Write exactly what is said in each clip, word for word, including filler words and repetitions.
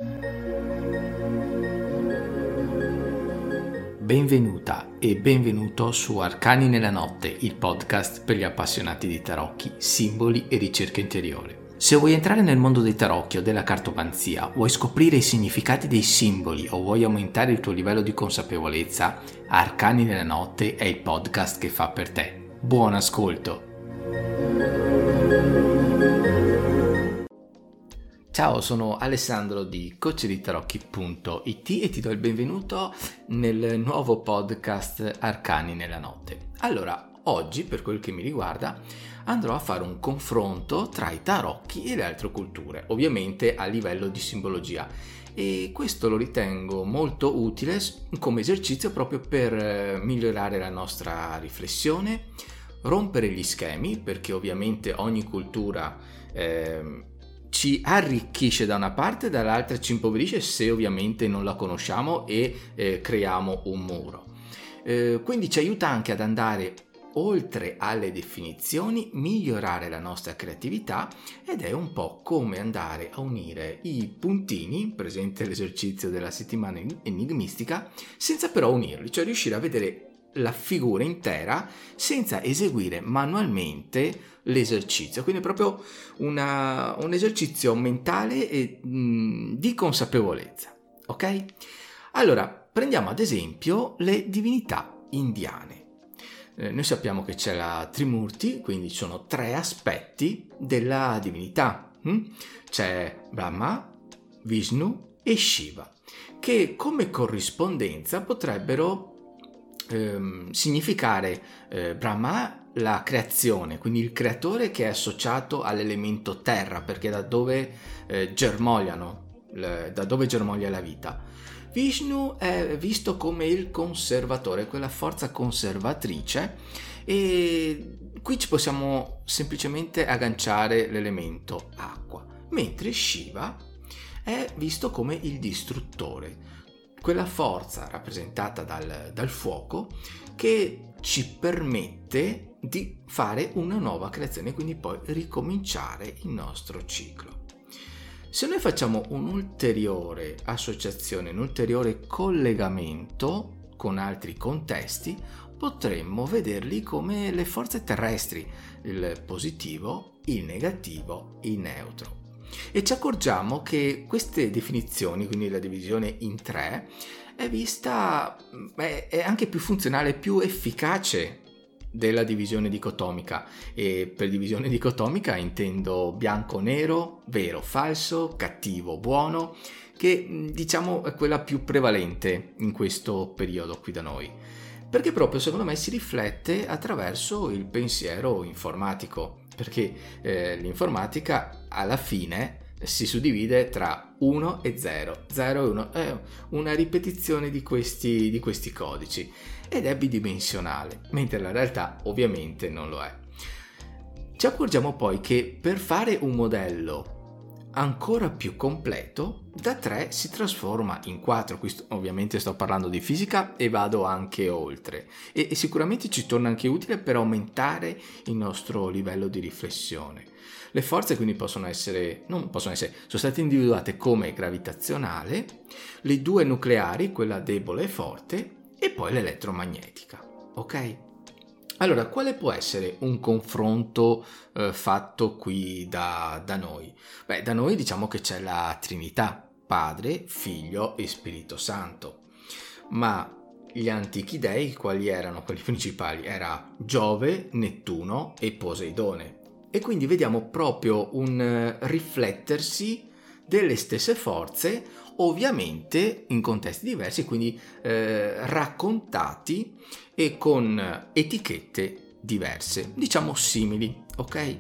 Benvenuta e benvenuto su Arcani nella notte, il podcast per gli appassionati di tarocchi, simboli e ricerca interiore. Se vuoi entrare nel mondo dei tarocchi o della cartomanzia, vuoi scoprire i significati dei simboli o vuoi aumentare il tuo livello di consapevolezza, Arcani nella notte è il podcast che fa per te. Buon ascolto! Ciao, sono Alessandro di coach di tarocchi punto it e ti do il benvenuto nel nuovo podcast Arcani nella notte. Allora, oggi, per quel che mi riguarda, andrò a fare un confronto tra i tarocchi e le altre culture, ovviamente a livello di simbologia. E questo lo ritengo molto utile come esercizio proprio per migliorare la nostra riflessione, rompere gli schemi, perché ovviamente ogni cultura eh, ci arricchisce da una parte e dall'altra ci impoverisce se ovviamente non la conosciamo e eh, creiamo un muro. Eh, quindi ci aiuta anche ad andare oltre alle definizioni, migliorare la nostra creatività ed è un po' come andare a unire i puntini, presente l'esercizio della settimana enigmistica, senza però unirli, cioè riuscire a vedere la figura intera senza eseguire manualmente l'esercizio, quindi è proprio una, un esercizio mentale e mh, di consapevolezza, ok? Allora, prendiamo ad esempio le divinità indiane. Eh, noi sappiamo che c'è la Trimurti, quindi ci sono tre aspetti della divinità. Hm? C'è Brahma, Vishnu e Shiva, che come corrispondenza potrebbero ehm, significare eh, Brahma la creazione, quindi il creatore che è associato all'elemento terra, perché è da dove eh, germogliano, le, da dove germoglia la vita. Vishnu è visto come il conservatore, quella forza conservatrice, e qui ci possiamo semplicemente agganciare l'elemento acqua, mentre Shiva è visto come il distruttore, quella forza rappresentata dal, dal fuoco che ci permette di fare una nuova creazione, quindi poi ricominciare il nostro ciclo. Se noi facciamo un'ulteriore associazione, un ulteriore collegamento con altri contesti, potremmo vederli come le forze terrestri, il positivo, il negativo, il neutro. E ci accorgiamo che queste definizioni, quindi la divisione in tre, è vista, è anche più funzionale, più efficace della divisione dicotomica, e per divisione dicotomica intendo bianco-nero, vero-falso, cattivo-buono, che diciamo è quella più prevalente in questo periodo qui da noi, perché proprio secondo me si riflette attraverso il pensiero informatico, perché eh, l'informatica alla fine si suddivide tra uno e zero, zero e uno, è una ripetizione di questi, di questi codici ed è bidimensionale, mentre la realtà ovviamente non lo è. Ci accorgiamo poi che per fare un modello ancora più completo, da tre si trasforma in quattro. Questo ovviamente sto parlando di fisica e vado anche oltre, e, e sicuramente ci torna anche utile per aumentare il nostro livello di riflessione. Le forze quindi possono essere, non possono essere, sono state individuate come gravitazionale, le due nucleari, quella debole e forte, e poi l'elettromagnetica, ok? Allora, quale può essere un confronto eh, fatto qui da, da noi? Beh, da noi diciamo che c'è la Trinità, Padre, Figlio e Spirito Santo, ma gli antichi dei quali erano quelli principali? Era Giove, Nettuno e Poseidone. E quindi vediamo proprio un riflettersi delle stesse forze, ovviamente in contesti diversi, quindi eh, raccontati e con etichette diverse, diciamo simili, ok?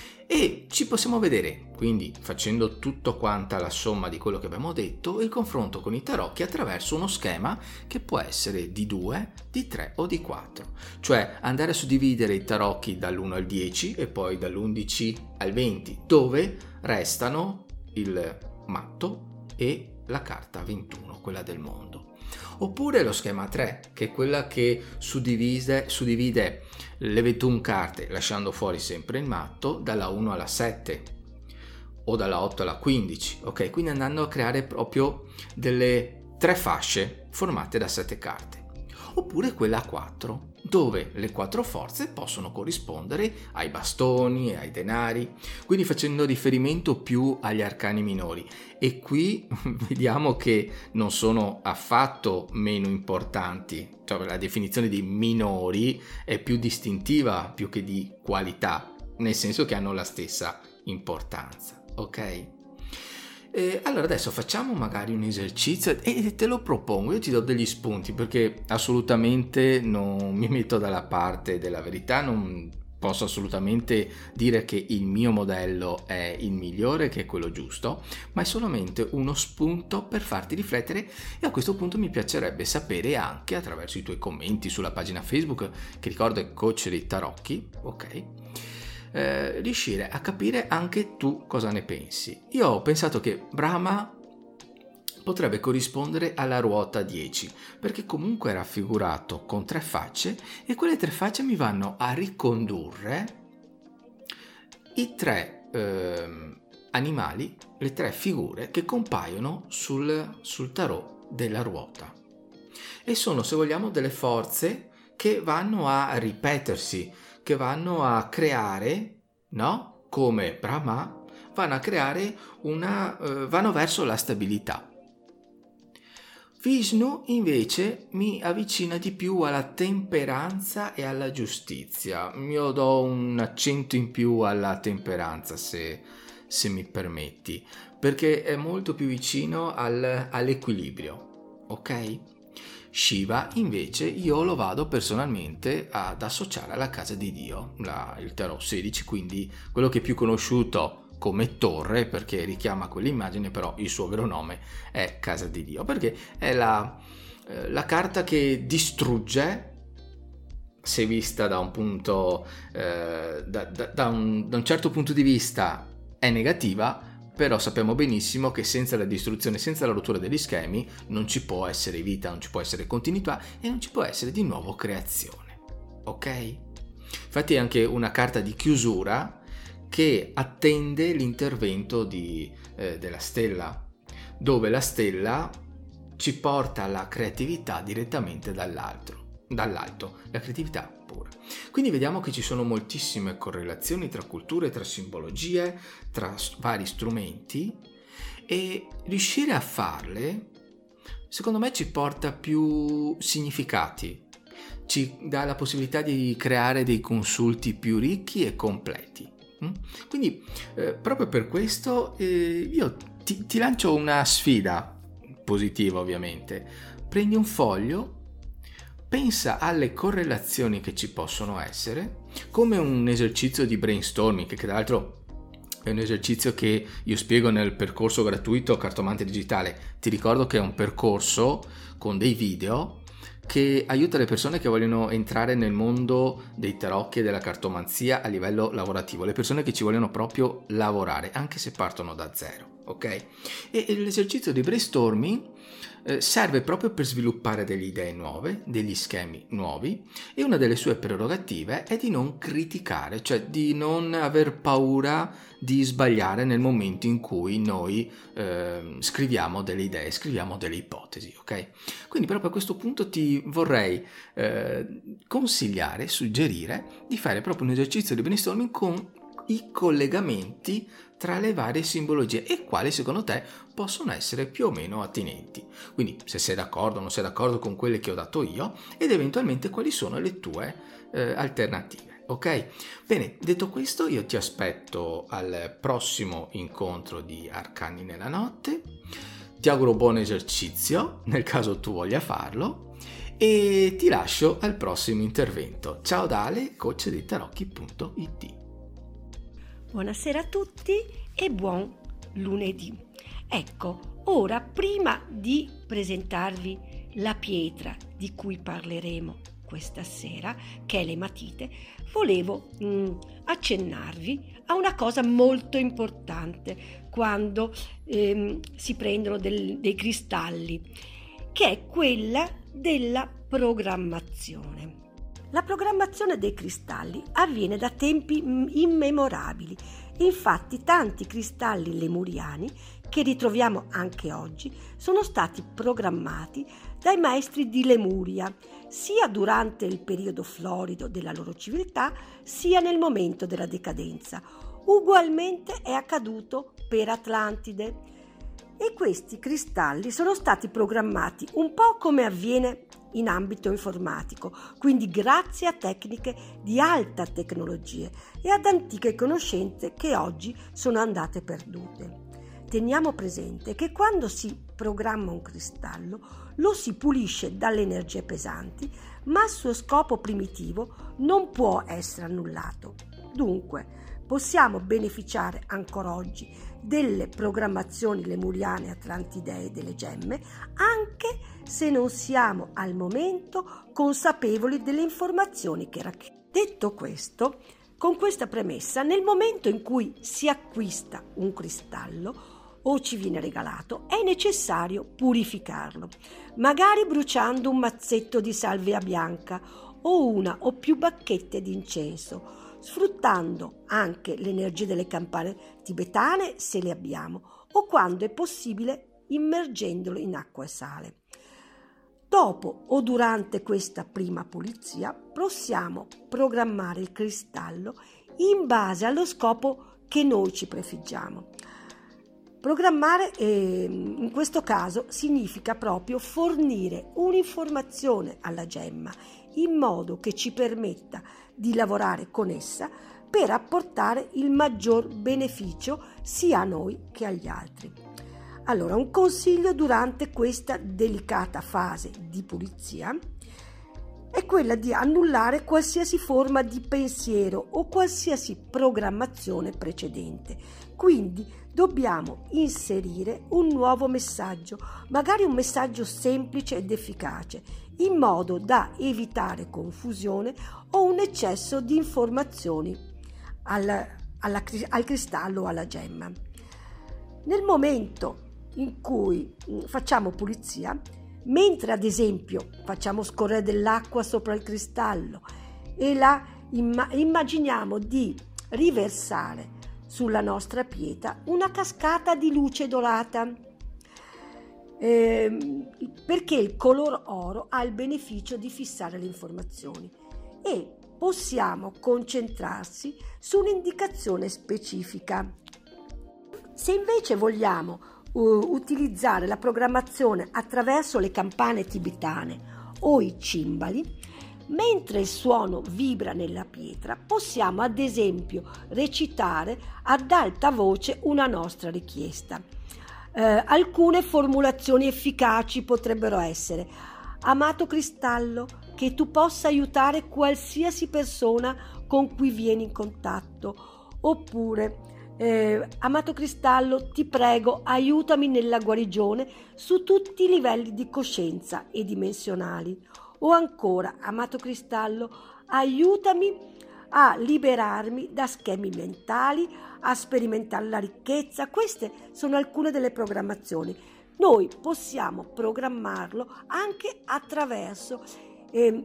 E ci possiamo vedere, quindi facendo tutto quanta la somma di quello che abbiamo detto, il confronto con i tarocchi attraverso uno schema che può essere di due, di tre o di quattro, cioè andare a suddividere i tarocchi dall'uno al dieci e poi dall'undici al venti, dove restano il matto e la carta ventuno, quella del mondo. Oppure lo schema tre, che è quella che suddivide, suddivide le ventuno carte lasciando fuori sempre il matto dalla uno alla sette. o dalla otto alla quindici, ok? Quindi andando a creare proprio delle tre fasce formate da sette carte. Oppure quella a quattro, dove le quattro forze possono corrispondere ai bastoni e ai denari, quindi facendo riferimento più agli arcani minori. E qui vediamo che non sono affatto meno importanti, cioè la definizione di minori è più distintiva più che di qualità, nel senso che hanno la stessa importanza, ok? E allora adesso facciamo magari un esercizio e te lo propongo, io ti do degli spunti perché assolutamente non mi metto dalla parte della verità, non posso assolutamente dire che il mio modello è il migliore, che è quello giusto, ma è solamente uno spunto per farti riflettere e a questo punto mi piacerebbe sapere anche attraverso i tuoi commenti sulla pagina Facebook, che ricordo è Coach dei Tarocchi, ok? Eh, riuscire a capire anche tu cosa ne pensi. Io ho pensato che Brahma potrebbe corrispondere alla ruota dieci perché comunque è raffigurato con tre facce e quelle tre facce mi vanno a ricondurre i tre eh, animali, le tre figure che compaiono sul, sul tarot della ruota e sono, se vogliamo, delle forze che vanno a ripetersi, che vanno a creare, no? Come Brahma, vanno a creare una, eh, vanno verso la stabilità. Vishnu invece mi avvicina di più alla temperanza e alla giustizia. Io do un accento in più alla temperanza, se, se mi permetti, perché è molto più vicino al, all'equilibrio, ok? Shiva invece io lo vado personalmente ad associare alla casa di Dio, la, il tarot sedici, quindi quello che è più conosciuto come torre perché richiama quell'immagine, però il suo vero nome è casa di Dio perché è la, eh, la carta che distrugge, se vista da un punto eh, da, da, da, un, da un certo punto di vista è negativa, però sappiamo benissimo che senza la distruzione, senza la rottura degli schemi, non ci può essere vita, non ci può essere continuità e non ci può essere di nuovo creazione. Ok? Infatti è anche una carta di chiusura che attende l'intervento di, eh, della stella, dove la stella ci porta alla creatività direttamente dall'alto, dall'alto, la creatività pura. Quindi vediamo che ci sono moltissime correlazioni tra culture, tra simbologie, tra vari strumenti e riuscire a farle, secondo me, ci porta più significati, ci dà la possibilità di creare dei consulti più ricchi e completi. Quindi eh, proprio per questo eh, io ti, ti lancio una sfida positiva, ovviamente. Prendi un foglio, pensa alle correlazioni che ci possono essere, come un esercizio di brainstorming, che tra l'altro è un esercizio che io spiego nel percorso gratuito Cartomante Digitale. Ti ricordo che è un percorso con dei video che aiuta le persone che vogliono entrare nel mondo dei tarocchi e della cartomanzia a livello lavorativo, le persone che ci vogliono proprio lavorare, anche se partono da zero, ok? E, e l'esercizio di brainstorming eh, serve proprio per sviluppare delle idee nuove, degli schemi nuovi, e una delle sue prerogative è di non criticare, cioè di non aver paura di sbagliare nel momento in cui noi eh, scriviamo delle idee, scriviamo delle ipotesi, ok? Quindi proprio a questo punto ti vorrei eh, consigliare, suggerire di fare proprio un esercizio di brainstorming con i collegamenti tra le varie simbologie e quali secondo te possono essere più o meno attinenti. Quindi se sei d'accordo o non sei d'accordo con quelle che ho dato io ed eventualmente quali sono le tue eh, alternative. Ok? Bene, detto questo io ti aspetto al prossimo incontro di Arcani nella notte, ti auguro buon esercizio nel caso tu voglia farlo e ti lascio al prossimo intervento. Ciao da Ale, coach dei tarocchi punto it. Buonasera a tutti e buon lunedì. Ecco, ora prima di presentarvi la pietra di cui parleremo questa sera, che è l'ematite, volevo mh, accennarvi a una cosa molto importante quando ehm, si prendono del, dei cristalli, che è quella della programmazione. La programmazione dei cristalli avviene da tempi immemorabili. Infatti tanti cristalli lemuriani che ritroviamo anche oggi sono stati programmati dai maestri di Lemuria, sia durante il periodo florido della loro civiltà, sia nel momento della decadenza. Ugualmente è accaduto per Atlantide. E questi cristalli sono stati programmati un po' come avviene in ambito informatico, quindi grazie a tecniche di alta tecnologia e ad antiche conoscenze che oggi sono andate perdute. Teniamo presente che quando si programma un cristallo lo si pulisce dalle energie pesanti, ma il suo scopo primitivo non può essere annullato. Dunque, possiamo beneficiare ancora oggi delle programmazioni lemuriane atlantidee delle gemme, anche se non siamo al momento consapevoli delle informazioni che racchiudono. Detto questo, con questa premessa, nel momento in cui si acquista un cristallo o ci viene regalato, è necessario purificarlo, magari bruciando un mazzetto di salvia bianca o una o più bacchette di incenso, sfruttando anche l'energia delle campane tibetane se le abbiamo, o quando è possibile immergendolo in acqua e sale. Dopo o durante questa prima pulizia possiamo programmare il cristallo in base allo scopo che noi ci prefiggiamo. Programmare eh, in questo caso significa proprio fornire un'informazione alla gemma in modo che ci permetta di lavorare con essa per apportare il maggior beneficio sia a noi che agli altri. Allora, un consiglio durante questa delicata fase di pulizia è quella di annullare qualsiasi forma di pensiero o qualsiasi programmazione precedente. Quindi dobbiamo inserire un nuovo messaggio, magari un messaggio semplice ed efficace, in modo da evitare confusione o un eccesso di informazioni al, alla, al cristallo o alla gemma. Nel momento in cui facciamo pulizia, mentre ad esempio facciamo scorrere dell'acqua sopra il cristallo e la imma- immaginiamo di riversare sulla nostra pietra una cascata di luce dorata, eh, perché il color oro ha il beneficio di fissare le informazioni e possiamo concentrarsi su un'indicazione specifica. Se invece vogliamo uh, utilizzare la programmazione attraverso le campane tibetane o i cimbali, mentre il suono vibra nella pietra, possiamo ad esempio recitare ad alta voce una nostra richiesta. Eh, alcune formulazioni efficaci potrebbero essere: amato cristallo, che tu possa aiutare qualsiasi persona con cui vieni in contatto, oppure eh, amato cristallo, ti prego, aiutami nella guarigione su tutti i livelli di coscienza e dimensionali. O ancora, amato cristallo, aiutami a liberarmi da schemi mentali, a sperimentare la ricchezza. Queste sono alcune delle programmazioni. Noi possiamo programmarlo anche attraverso eh,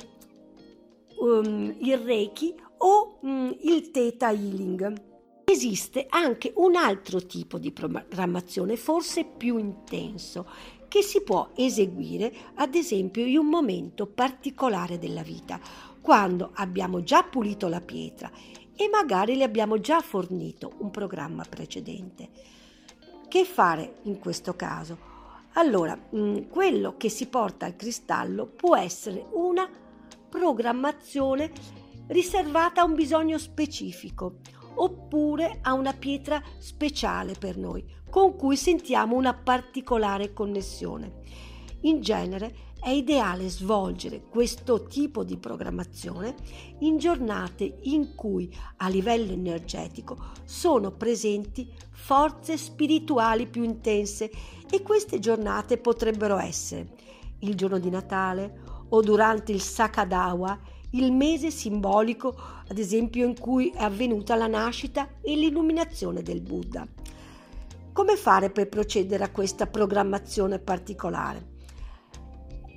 um, il Reiki o um, il Theta Healing. Esiste anche un altro tipo di programmazione, forse più intenso, che si può eseguire ad esempio in un momento particolare della vita, quando abbiamo già pulito la pietra e magari le abbiamo già fornito un programma precedente. Che fare in questo caso? Allora, mh, quello che si porta al cristallo può essere una programmazione riservata a un bisogno specifico, oppure a una pietra speciale per noi, con cui sentiamo una particolare connessione. In genere è ideale svolgere questo tipo di programmazione in giornate in cui a livello energetico sono presenti forze spirituali più intense, e queste giornate potrebbero essere il giorno di Natale o durante il Sakadawa, il mese simbolico ad esempio in cui è avvenuta la nascita e l'illuminazione del Buddha. Come fare per procedere a questa programmazione particolare?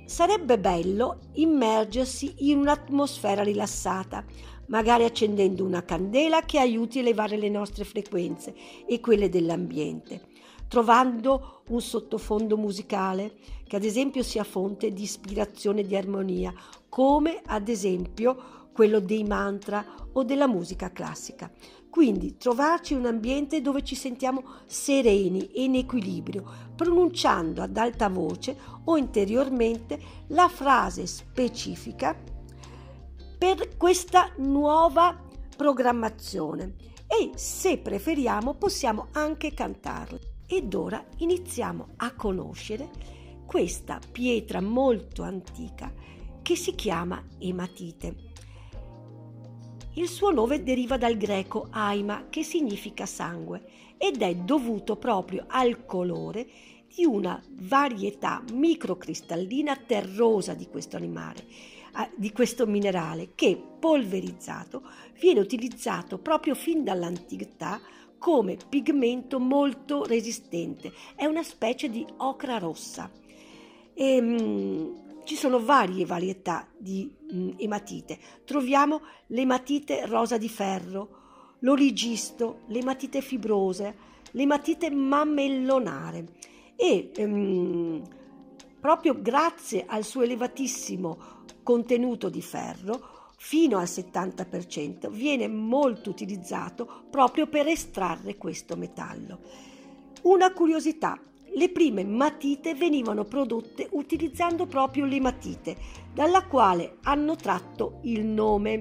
sarebbe bello immergersi in un'atmosfera rilassata, magari accendendo una candela che aiuti a elevare le nostre frequenze e quelle dell'ambiente, trovando un sottofondo musicale che ad esempio sia fonte di ispirazione e di armonia, come ad esempio quello dei mantra o della musica classica. Quindi trovarci in un ambiente dove ci sentiamo sereni e in equilibrio, pronunciando ad alta voce o interiormente la frase specifica per questa nuova programmazione e, se preferiamo, possiamo anche cantarla. Ed ora iniziamo a conoscere questa pietra molto antica che si chiama ematite. Il suo nome deriva dal greco aima, che significa sangue, ed è dovuto proprio al colore di una varietà microcristallina terrosa di questo animale, di questo minerale, che polverizzato viene utilizzato proprio fin dall'antichità come pigmento molto resistente. È una specie di ocra rossa. E, mh, ci sono varie varietà di mh, ematite. Troviamo l'ematite rosa di ferro, l'origisto, l'ematite fibrosa, l'ematite mammellonare e mh, proprio grazie al suo elevatissimo contenuto di ferro, fino al settanta per cento, viene molto utilizzato proprio per estrarre questo metallo. Una curiosità: le prime matite venivano prodotte utilizzando proprio l'ematite, dalla quale hanno tratto il nome.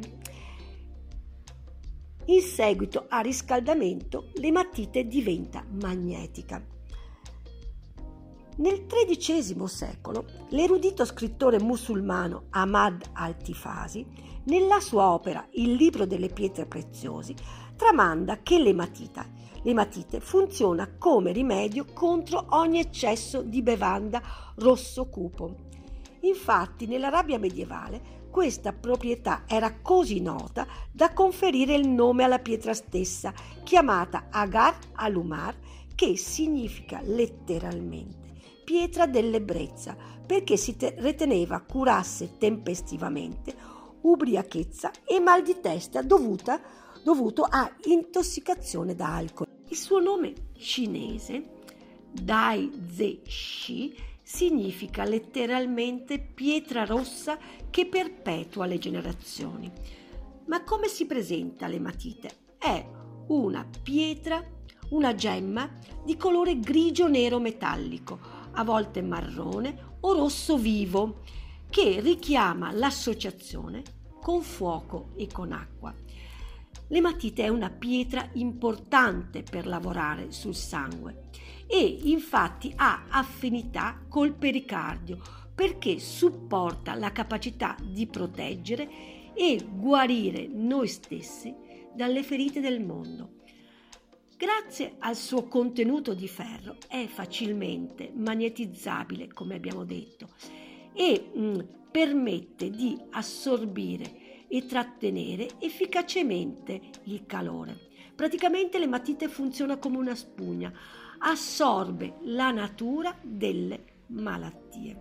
In seguito a riscaldamento, l'ematite diventa magnetica. Nel tredicesimo secolo, l'erudito scrittore musulmano Ahmad al-Tifasi, nella sua opera Il libro delle pietre preziose, tramanda che l'ematita L'ematite funziona come rimedio contro ogni eccesso di bevanda rosso cupo. Infatti, nell'Arabia medievale, questa proprietà era così nota da conferire il nome alla pietra stessa, chiamata Agar al-Umar, che significa letteralmente pietra dell'ebbrezza, perché si te- riteneva curasse tempestivamente ubriachezza e mal di testa dovuta, dovuto a intossicazione da alcol. Il suo nome cinese, Dai Ze Shi, significa letteralmente pietra rossa che perpetua le generazioni. Ma come si presenta l'ematite? È una pietra, una gemma di colore grigio-nero metallico, a volte marrone o rosso vivo, che richiama l'associazione con fuoco e con acqua. L'ematite è una pietra importante per lavorare sul sangue e infatti ha affinità col pericardio, perché supporta la capacità di proteggere e guarire noi stessi dalle ferite del mondo. Grazie al suo contenuto di ferro è facilmente magnetizzabile, come abbiamo detto, e mh, permette di assorbire e trattenere efficacemente il calore. Praticamente l'ematite funziona come una spugna, assorbe la natura delle malattie.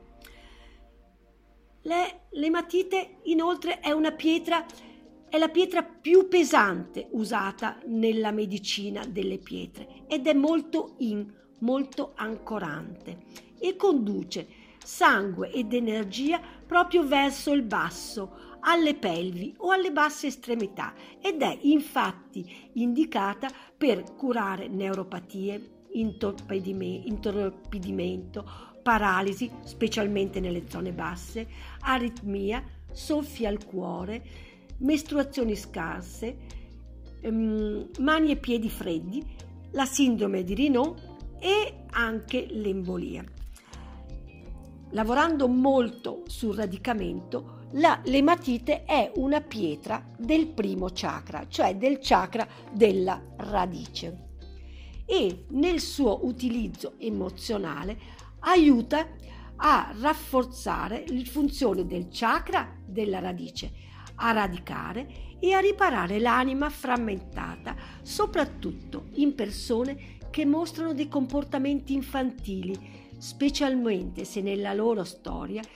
Le, l'ematite inoltre è una pietra, è la pietra più pesante usata nella medicina delle pietre ed è molto in, molto ancorante e conduce sangue ed energia proprio verso il basso, alle pelvi o alle basse estremità, ed è infatti indicata per curare neuropatie, intorpidimento, paralisi, specialmente nelle zone basse, aritmia, soffi al cuore, mestruazioni scarse, ehm, mani e piedi freddi, la sindrome di Raynaud e anche l'embolia. Lavorando molto sul radicamento, la, l'ematite è una pietra del primo chakra, cioè del chakra della radice, e nel suo utilizzo emozionale aiuta a rafforzare le funzioni del chakra della radice, a radicare e a riparare l'anima frammentata, soprattutto in persone che mostrano dei comportamenti infantili, specialmente se nella loro storia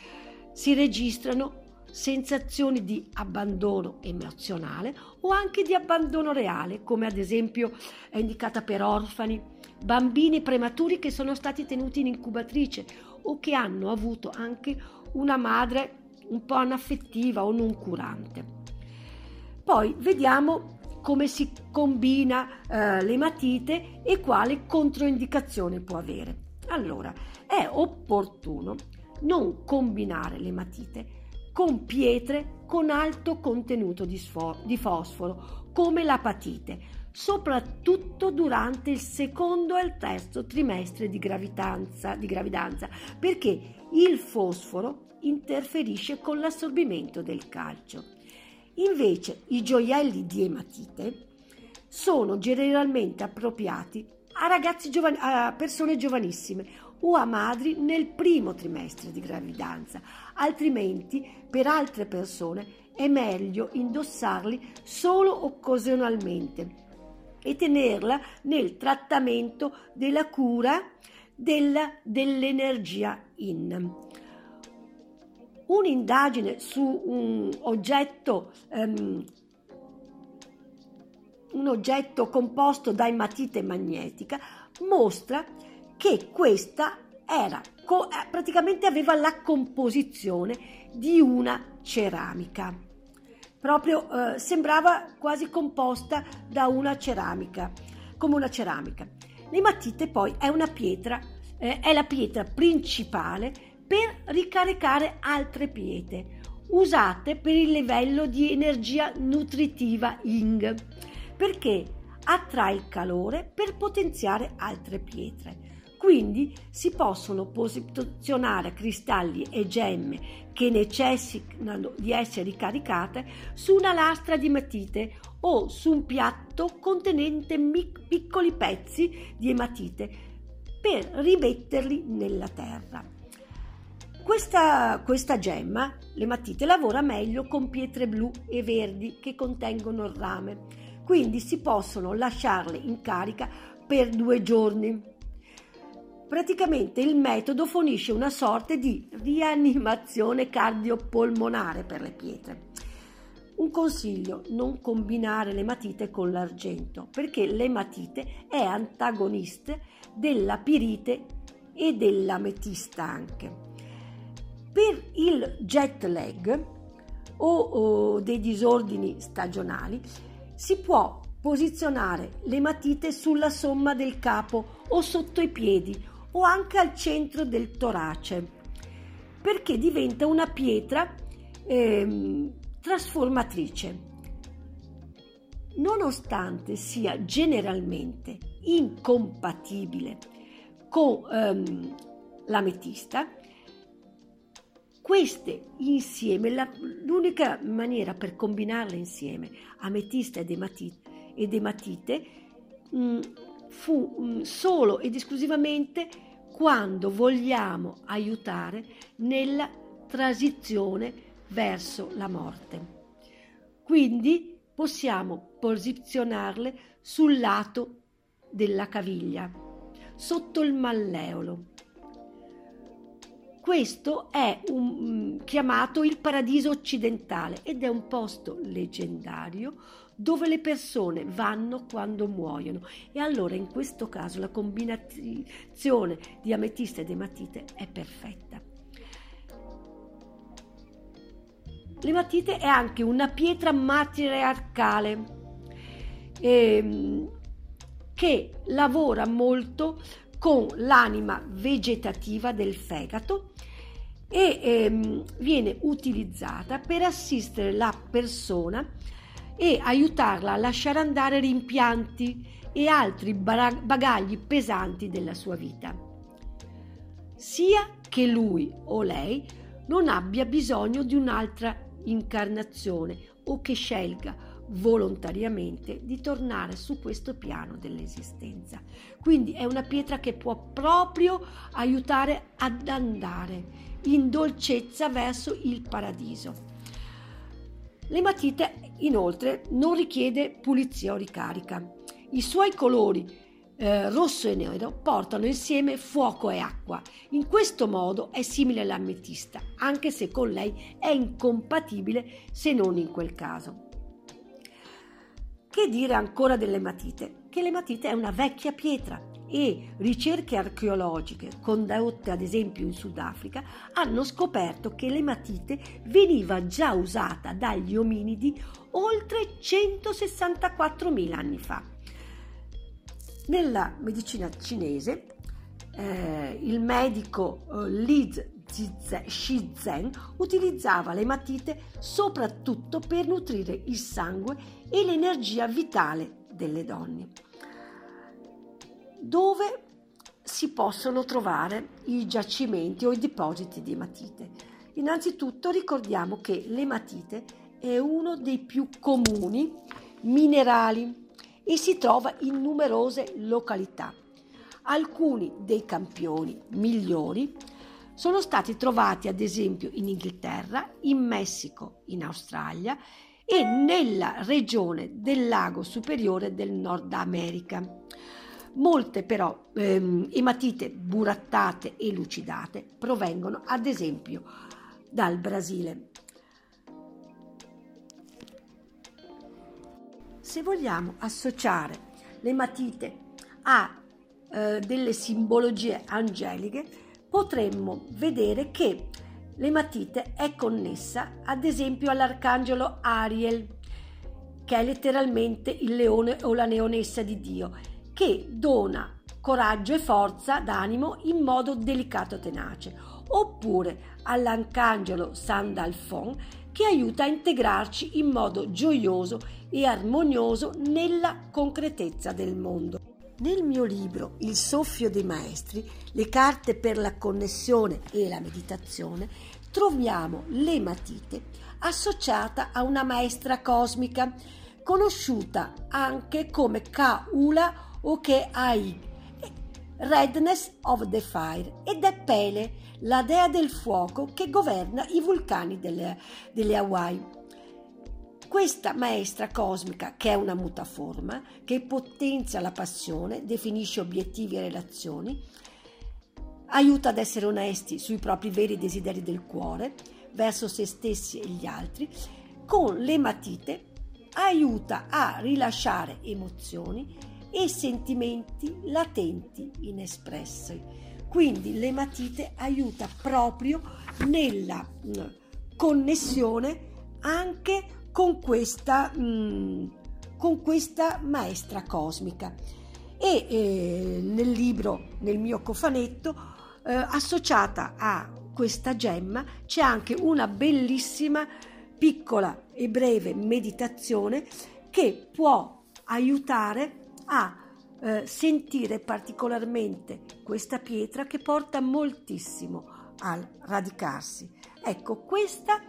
si registrano sensazioni di abbandono emozionale o anche di abbandono reale, come ad esempio è indicata per orfani, bambini prematuri che sono stati tenuti in incubatrice o che hanno avuto anche una madre un po' anaffettiva o non curante. Poi vediamo come si combina eh, l'ematite e quale controindicazione può avere. Allora, è opportuno non combinare l'ematite con pietre con alto contenuto di, sfo- di fosforo, come l'apatite, soprattutto durante il secondo e il terzo trimestre di gravidanza, di gravidanza, perché il fosforo interferisce con l'assorbimento del calcio. Invece i gioielli di ematite sono generalmente appropriati a ragazzi giovani, a persone giovanissime o a madri nel primo trimestre di gravidanza, altrimenti per altre persone è meglio indossarli solo occasionalmente e tenerla nel trattamento della cura della, dell'energia yin. Un'indagine su un oggetto, um, un oggetto composto da ematite magnetica mostra che questa era co- praticamente aveva la composizione di una ceramica. Proprio eh, sembrava quasi composta da una ceramica, come una ceramica. L'ematite poi è una pietra, eh, è la pietra principale per ricaricare altre pietre, usate per il livello di energia nutritiva Yin, perché attrae il calore per potenziare altre pietre. Quindi si possono posizionare cristalli e gemme che necessitano di essere ricaricate su una lastra di ematite o su un piatto contenente mic- piccoli pezzi di ematite per rimetterli nella terra. Questa, questa gemma, l'ematite, lavora meglio con pietre blu e verdi che contengono il rame, quindi si possono lasciarle in carica per due giorni. Praticamente il metodo fornisce una sorta di rianimazione cardiopolmonare per le pietre. Un consiglio: non combinare l'ematite con l'argento, perché l'ematite è antagonista della pirite e dell'ametista anche. Per il jet lag o, o dei disordini stagionali si può posizionare l'ematite sulla somma del capo o sotto i piedi o anche al centro del torace, perché diventa una pietra eh, trasformatrice. Nonostante sia generalmente incompatibile con ehm, l'ametista, queste insieme, la, l'unica maniera per combinarle insieme, ametista ed ematite, ed ematite mh, fu mh, solo ed esclusivamente quando vogliamo aiutare nella transizione verso la morte. Quindi possiamo posizionarle sul lato della caviglia, sotto il malleolo. Questo è un, chiamato il paradiso occidentale ed è un posto leggendario dove le persone vanno quando muoiono, e allora in questo caso la combinazione di ametista ed ematite è perfetta. L'ematite è anche una pietra matriarcale ehm, che lavora molto con l'anima vegetativa del fegato e ehm, viene utilizzata per assistere la persona e aiutarla a lasciare andare rimpianti e altri bagagli pesanti della sua vita, sia che lui o lei non abbia bisogno di un'altra incarnazione o che scelga volontariamente di tornare su questo piano dell'esistenza. Quindi è una pietra che può proprio aiutare ad andare in dolcezza verso il paradiso. L'ematite inoltre non richiede pulizia o ricarica. I suoi colori eh, rosso e nero portano insieme fuoco e acqua. In questo modo è simile all'ametista, anche se con lei è incompatibile se non in quel caso. Che dire ancora dell'ematite? Che l'ematite è una vecchia pietra e ricerche archeologiche condotte ad esempio in Sudafrica hanno scoperto che l'ematite veniva già usata dagli ominidi oltre centosessantaquattromila anni fa. Nella medicina cinese eh, il medico eh, Li Shizhen utilizzava l'ematite soprattutto per nutrire il sangue e l'energia vitale delle donne. Dove si possono trovare i giacimenti o i depositi di ematite? Innanzitutto ricordiamo che l'ematite è uno dei più comuni minerali e si trova in numerose località. Alcuni dei campioni migliori sono stati trovati ad esempio in Inghilterra, in Messico, in Australia e nella regione del lago superiore del Nord America. Molte però ehm, ematite burattate e lucidate provengono ad esempio dal Brasile. Se vogliamo associare l'ematite a eh, delle simbologie angeliche, potremmo vedere che l'ematite è connessa ad esempio all'arcangelo Ariel, che è letteralmente il leone o la leonessa di Dio, che dona coraggio e forza d'animo in modo delicato e tenace, oppure all'arcangelo Sandalfon, che aiuta a integrarci in modo gioioso e armonioso nella concretezza del mondo. Nel mio libro Il soffio dei maestri, le carte per la connessione e la meditazione, troviamo l'ematite associata a una maestra cosmica, conosciuta anche come Ka-Ula o che Ai, Redness of the Fire, ed è Pele, la dea del fuoco che governa i vulcani delle, delle Hawaii. Questa maestra cosmica, che è una mutaforma, che potenzia la passione, definisce obiettivi e relazioni, aiuta ad essere onesti sui propri veri desideri del cuore, verso se stessi e gli altri, con l'ematite aiuta a rilasciare emozioni e sentimenti latenti inespressi. Quindi l'ematite aiuta proprio nella mh, connessione anche con questa, mh, con questa maestra cosmica. E eh, nel libro, nel mio cofanetto, eh, associata a questa gemma c'è anche una bellissima piccola e breve meditazione che può aiutare a eh, sentire particolarmente questa pietra che porta moltissimo al radicarsi. Ecco, questa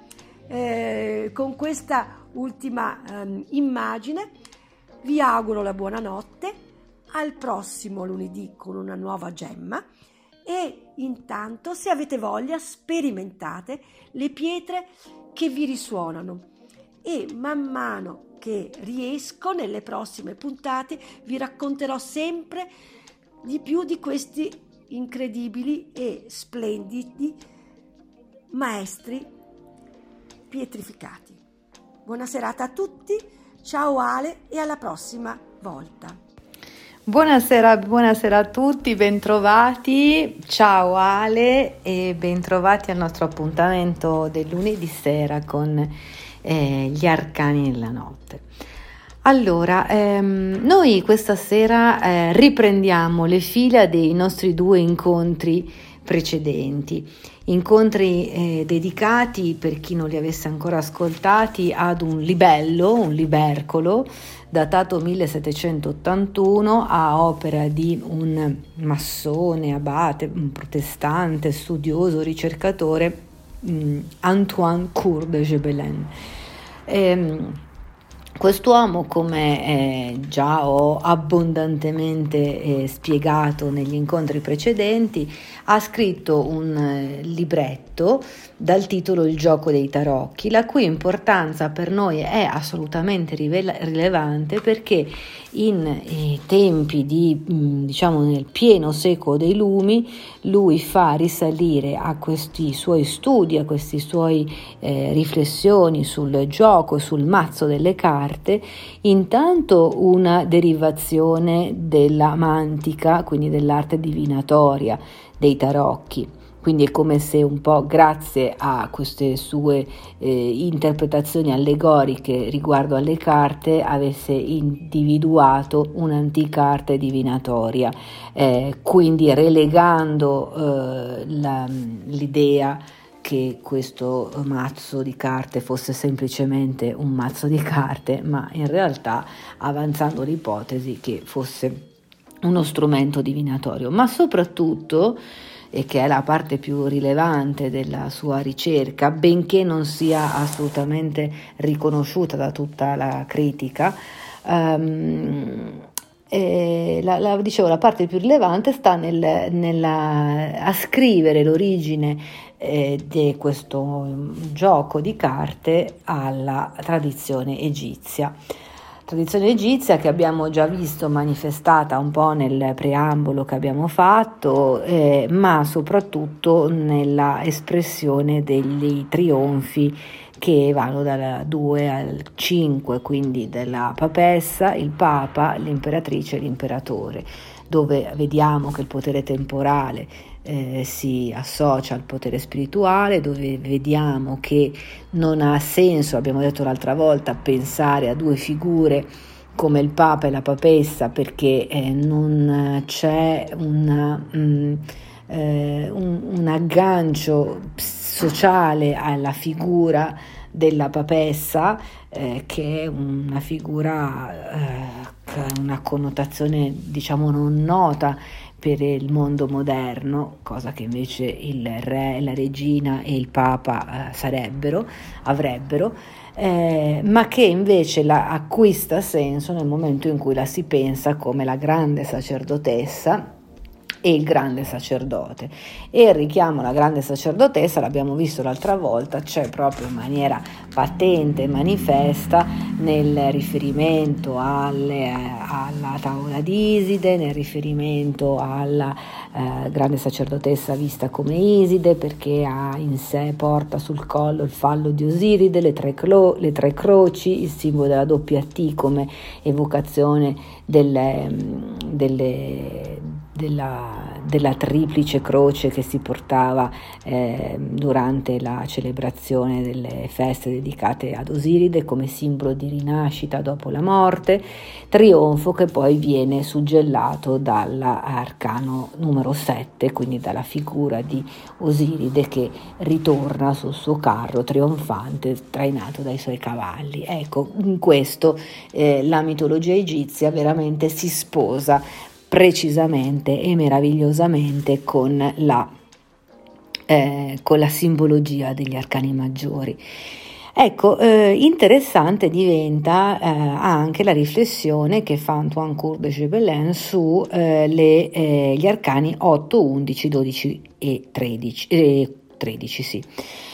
eh, con questa ultima eh, immagine vi auguro la buonanotte, al prossimo lunedì con una nuova gemma, e intanto, se avete voglia, sperimentate le pietre che vi risuonano e man mano che riesco nelle prossime puntate vi racconterò sempre di più di questi incredibili e splendidi maestri pietrificati. Buona serata a tutti, ciao Ale e alla prossima volta. Buonasera, buonasera a tutti, bentrovati, ciao Ale e bentrovati al nostro appuntamento del lunedì sera con eh, gli arcani nella notte. Allora, ehm, noi questa sera eh, riprendiamo le fila dei nostri due incontri precedenti, incontri eh, dedicati, per chi non li avesse ancora ascoltati, ad un libello, un libercolo, datato millesettecentottantuno, a opera di un massone, abate, un protestante, studioso, ricercatore, mh, Antoine Cour de Gébelin. Ehm, Quest'uomo, come eh, già ho abbondantemente eh, spiegato negli incontri precedenti, ha scritto un eh, libretto dal titolo Il gioco dei tarocchi, la cui importanza per noi è assolutamente rivela- rilevante perché in eh, tempi di, mh, diciamo, nel pieno secolo dei lumi, lui fa risalire a questi suoi studi, a questi suoi eh, riflessioni sul gioco e sul mazzo delle carte, intanto una derivazione della mantica, quindi dell'arte divinatoria dei tarocchi. Quindi è come se un po' grazie a queste sue eh, interpretazioni allegoriche riguardo alle carte avesse individuato un'antica arte divinatoria, eh, quindi relegando eh, la, l'idea che questo mazzo di carte fosse semplicemente un mazzo di carte, ma in realtà avanzando l'ipotesi che fosse uno strumento divinatorio, ma soprattutto, e che è la parte più rilevante della sua ricerca, benché non sia assolutamente riconosciuta da tutta la critica, um, eh, la, la, dicevo, la parte più rilevante sta nel, nella, a scrivere l'origine eh, di questo gioco di carte alla tradizione egizia. Tradizione egizia che abbiamo già visto manifestata un po' nel preambolo che abbiamo fatto, eh, ma soprattutto nella espressione degli trionfi che vanno dal due al cinque, quindi della papessa, il papa, l'imperatrice e l'imperatore, dove vediamo che il potere temporale Eh, si associa al potere spirituale, dove vediamo che non ha senso, abbiamo detto l'altra volta, pensare a due figure come il Papa e la Papessa, perché eh, non c'è una, mh, eh, un, un aggancio sociale alla figura della Papessa, eh, che è una figura eh, che ha una connotazione, diciamo, non nota per il mondo moderno, cosa che invece il re, la regina e il papa eh, sarebbero, avrebbero, eh, ma che invece la acquista senso nel momento in cui la si pensa come la grande sacerdotessa e il grande sacerdote. E il richiamo alla grande sacerdotessa, l'abbiamo visto l'altra volta, c'è proprio in maniera patente e manifesta nel riferimento alle, alla tavola di Iside, nel riferimento alla eh, grande sacerdotessa vista come Iside, perché ha in sé, porta sul collo il fallo di Osiride, le tre, clo- le tre croci, il simbolo della doppia T come evocazione delle, delle Della, della triplice croce che si portava eh, durante la celebrazione delle feste dedicate ad Osiride come simbolo di rinascita dopo la morte, trionfo che poi viene suggellato dall'arcano numero sette, quindi dalla figura di Osiride che ritorna sul suo carro trionfante trainato dai suoi cavalli. Ecco, in questo eh, la mitologia egizia veramente si sposa precisamente e meravigliosamente con la, eh, con la simbologia degli arcani maggiori. Ecco, eh, interessante diventa eh, anche la riflessione che fa Antoine Cour de Gébelin su eh, le, eh, gli arcani otto, undici, dodici e tredici. Eh, tredici sì.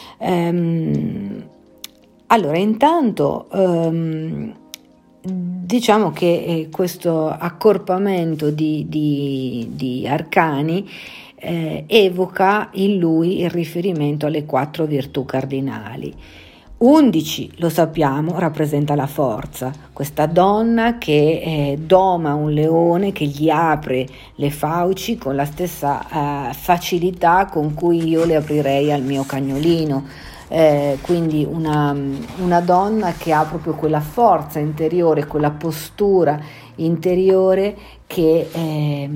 Ehm, allora, intanto ehm, diciamo che eh, questo accorpamento di, di, di arcani eh, evoca in lui il riferimento alle quattro virtù cardinali. undici, lo sappiamo, rappresenta la forza, questa donna che eh, doma un leone, che gli apre le fauci con la stessa eh, facilità con cui io le aprirei al mio cagnolino. Eh, quindi una, una donna che ha proprio quella forza interiore, quella postura interiore che eh,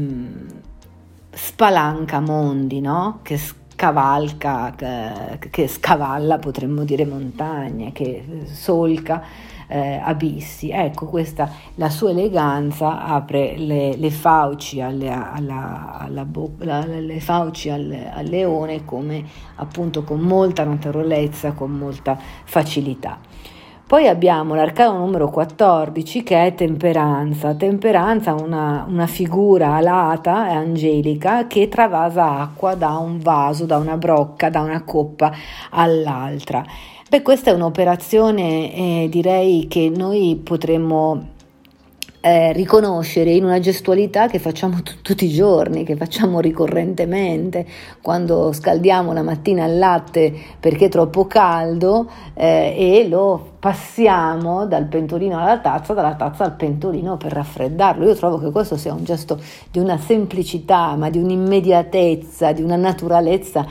spalanca mondi, no? Che scavalca, che, che scavalla, potremmo dire, montagne, che solca eh, abissi. Ecco, questa, la sua eleganza apre le, le fauci alle, alla, alla bo- la, le fauci al, al leone come appunto con molta naturalezza, con molta facilità. Poi abbiamo l'arcano numero quattordici che è temperanza. Temperanza, una, una figura alata e angelica che travasa acqua da un vaso, da una brocca, da una coppa all'altra. Beh, questa è un'operazione, eh, direi che noi potremmo Eh, riconoscere in una gestualità che facciamo t- tutti i giorni, che facciamo ricorrentemente, quando scaldiamo la mattina il latte perché è troppo caldo eh, e lo passiamo dal pentolino alla tazza, dalla tazza al pentolino per raffreddarlo. Io trovo che questo sia un gesto di una semplicità, ma di un'immediatezza, di una naturalezza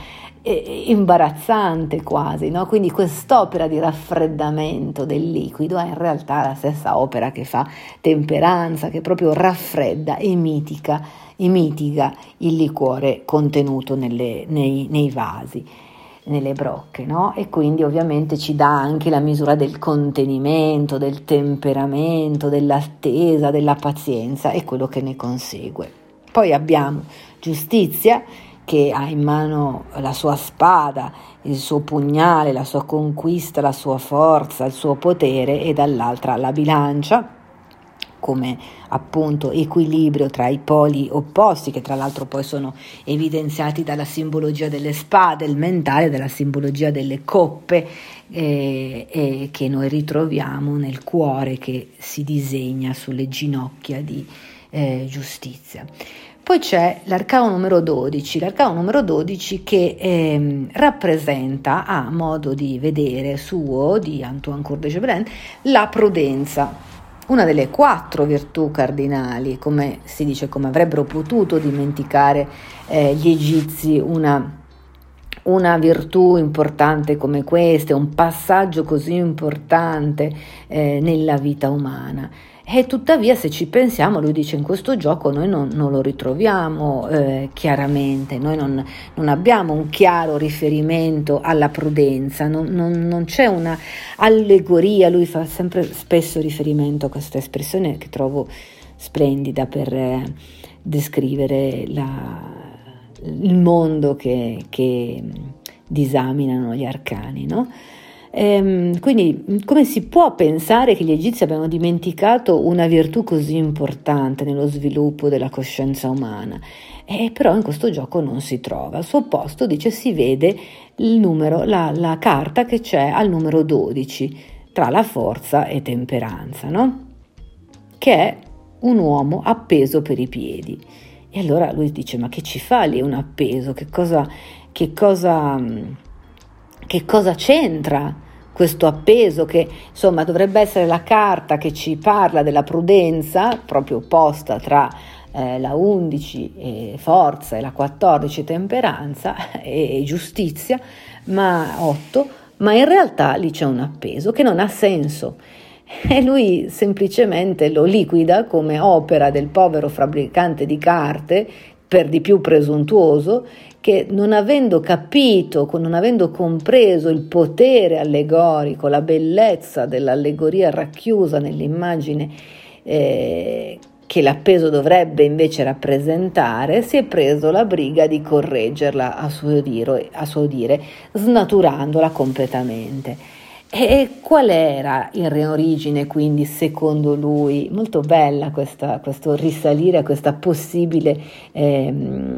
imbarazzante quasi, no? Quindi quest'opera di raffreddamento del liquido è in realtà la stessa opera che fa temperanza, che proprio raffredda e mitiga, e mitiga il liquore contenuto nelle, nei, nei vasi, nelle brocche, no? E quindi ovviamente ci dà anche la misura del contenimento, del temperamento, dell'attesa, della pazienza e quello che ne consegue. Poi abbiamo Giustizia, che ha in mano la sua spada, il suo pugnale, la sua conquista, la sua forza, il suo potere, e dall'altra la bilancia, come appunto equilibrio tra i poli opposti, che tra l'altro poi sono evidenziati dalla simbologia delle spade, il mentale, dalla simbologia delle coppe eh, eh, che noi ritroviamo nel cuore che si disegna sulle ginocchia di eh, Giustizia. Poi c'è l'arcano numero dodici, l'arcano numero dodici che eh, rappresenta, a modo di vedere suo, di Antoine Cour de Gébelin, la prudenza, una delle quattro virtù cardinali, come si dice, come avrebbero potuto dimenticare eh, gli egizi una, una virtù importante come questa, un passaggio così importante eh, nella vita umana. E tuttavia, se ci pensiamo, lui dice, in questo gioco noi non, non lo ritroviamo eh, chiaramente, noi non, non abbiamo un chiaro riferimento alla prudenza, non, non, non c'è una allegoria. Lui fa sempre spesso riferimento a questa espressione che trovo splendida per eh, descrivere la, il mondo che, che disaminano gli arcani, no? Ehm, quindi come si può pensare che gli egizi abbiano dimenticato una virtù così importante nello sviluppo della coscienza umana? E però in questo gioco non si trova. Al suo posto, dice, si vede il numero, la, la carta che c'è al numero dodici, tra la forza e temperanza, no? Che è un uomo appeso per i piedi. E allora lui dice, ma che ci fa lì un appeso? Che cosa, che cosa, che cosa c'entra questo appeso, che insomma dovrebbe essere la carta che ci parla della prudenza, proprio opposta tra eh, la undici e forza e la quattordici temperanza e, e giustizia, ma otto, ma in realtà lì c'è un appeso che non ha senso. E lui semplicemente lo liquida come opera del povero fabbricante di carte, per di più presuntuoso, che non avendo capito, non avendo compreso il potere allegorico, la bellezza dell'allegoria racchiusa nell'immagine eh, che l'appeso dovrebbe invece rappresentare, si è preso la briga di correggerla a suo dire, a suo dire snaturandola completamente. E qual era in origine, quindi, secondo lui? Molto bella questa, questo risalire a questa possibile ehm,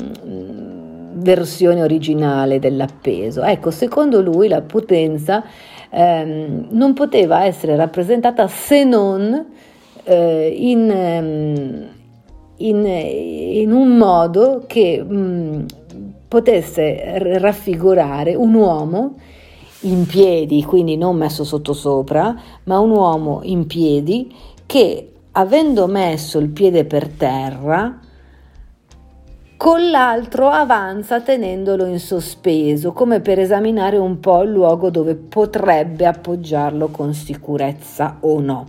versione originale dell'appeso. Ecco, secondo lui la potenza ehm, non poteva essere rappresentata se non eh, in, ehm, in, in un modo che mh, potesse raffigurare un uomo in piedi, quindi non messo sottosopra, ma un uomo in piedi che, avendo messo il piede per terra, con l'altro avanza tenendolo in sospeso, come per esaminare un po' il luogo dove potrebbe appoggiarlo con sicurezza o no.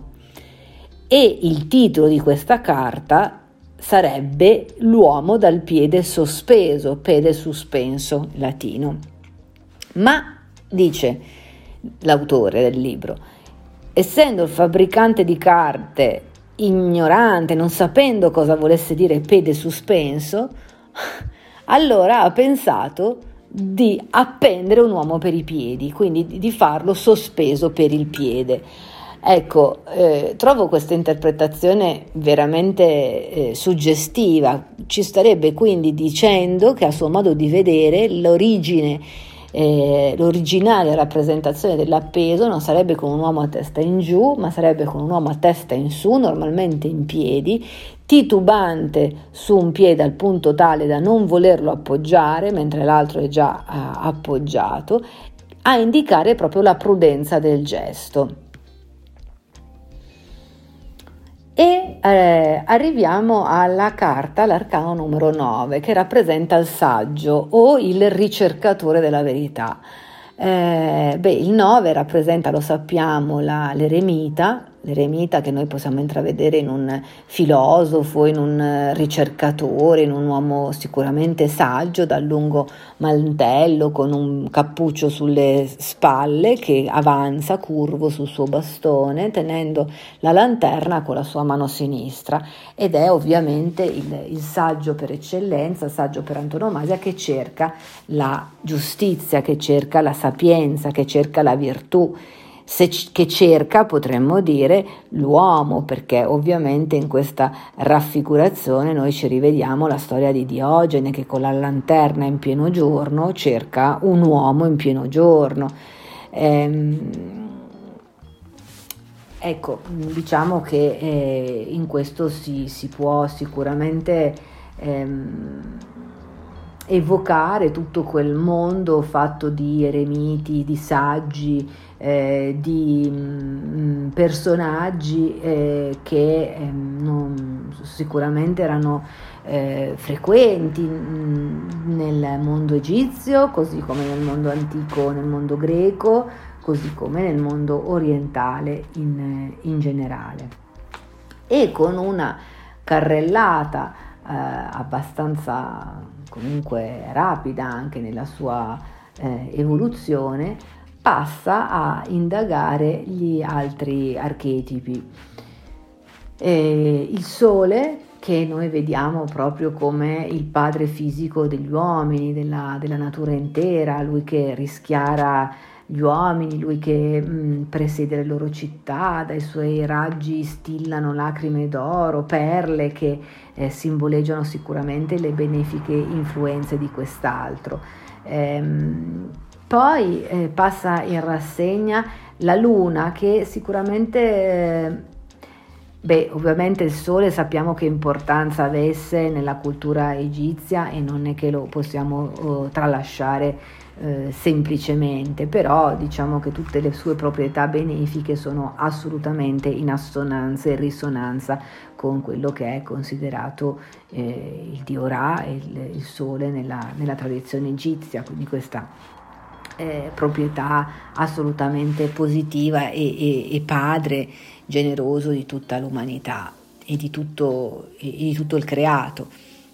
E il titolo di questa carta sarebbe L'uomo dal piede sospeso, pede suspenso, latino. Ma dice l'autore del libro, essendo il fabbricante di carte ignorante, non sapendo cosa volesse dire pede suspenso, allora ha pensato di appendere un uomo per i piedi, quindi di farlo sospeso per il piede. Ecco, eh, trovo questa interpretazione veramente eh, suggestiva. Ci starebbe quindi dicendo che, a suo modo di vedere, l'origine eh, l'originale rappresentazione dell'appeso non sarebbe con un uomo a testa in giù, ma sarebbe con un uomo a testa in su, normalmente in piedi, titubante su un piede al punto tale da non volerlo appoggiare mentre l'altro è già eh, appoggiato, a indicare proprio la prudenza del gesto. E eh, arriviamo alla carta, l'arcano numero nove, che rappresenta il saggio o il ricercatore della verità. Eh, beh, il nove rappresenta, lo sappiamo, la, l'eremita, l'eremita che noi possiamo intravedere in un filosofo, in un ricercatore, in un uomo sicuramente saggio, dal lungo mantello, con un cappuccio sulle spalle, che avanza curvo sul suo bastone, tenendo la lanterna con la sua mano sinistra, ed è ovviamente il, il saggio per eccellenza, il saggio per antonomasia, che cerca la giustizia, che cerca la sapienza, che cerca la virtù, se c- che cerca, potremmo dire, l'uomo, perché ovviamente in questa raffigurazione noi ci rivediamo la storia di Diogene, che con la lanterna in pieno giorno cerca un uomo in pieno giorno. Ehm, ecco, diciamo che eh, in questo si, si può sicuramente ehm, evocare tutto quel mondo fatto di eremiti, di saggi, eh, di mh, personaggi eh, che eh, non, sicuramente erano eh, frequenti mh, nel mondo egizio, così come nel mondo antico, nel mondo greco, così come nel mondo orientale in, in generale. E con una carrellata eh, abbastanza comunque rapida anche nella sua eh, evoluzione, passa a indagare gli altri archetipi. Eh, il Sole, che noi vediamo proprio come il padre fisico degli uomini, della, della natura intera, lui che rischiara gli uomini, lui che mh, presiede le loro città, dai suoi raggi stillano lacrime d'oro, perle che eh, simboleggiano sicuramente le benefiche influenze di quest'altro. Ehm, poi eh, passa in rassegna la Luna, che sicuramente, eh, beh, ovviamente il Sole sappiamo che importanza avesse nella cultura egizia e non è che lo possiamo oh, tralasciare Eh, semplicemente, però diciamo che tutte le sue proprietà benefiche sono assolutamente in assonanza e risonanza con quello che è considerato eh, il dio Ra e il, il sole nella, nella tradizione egizia, quindi questa eh, proprietà assolutamente positiva e, e, e padre generoso di tutta l'umanità e di tutto, e di tutto il creato.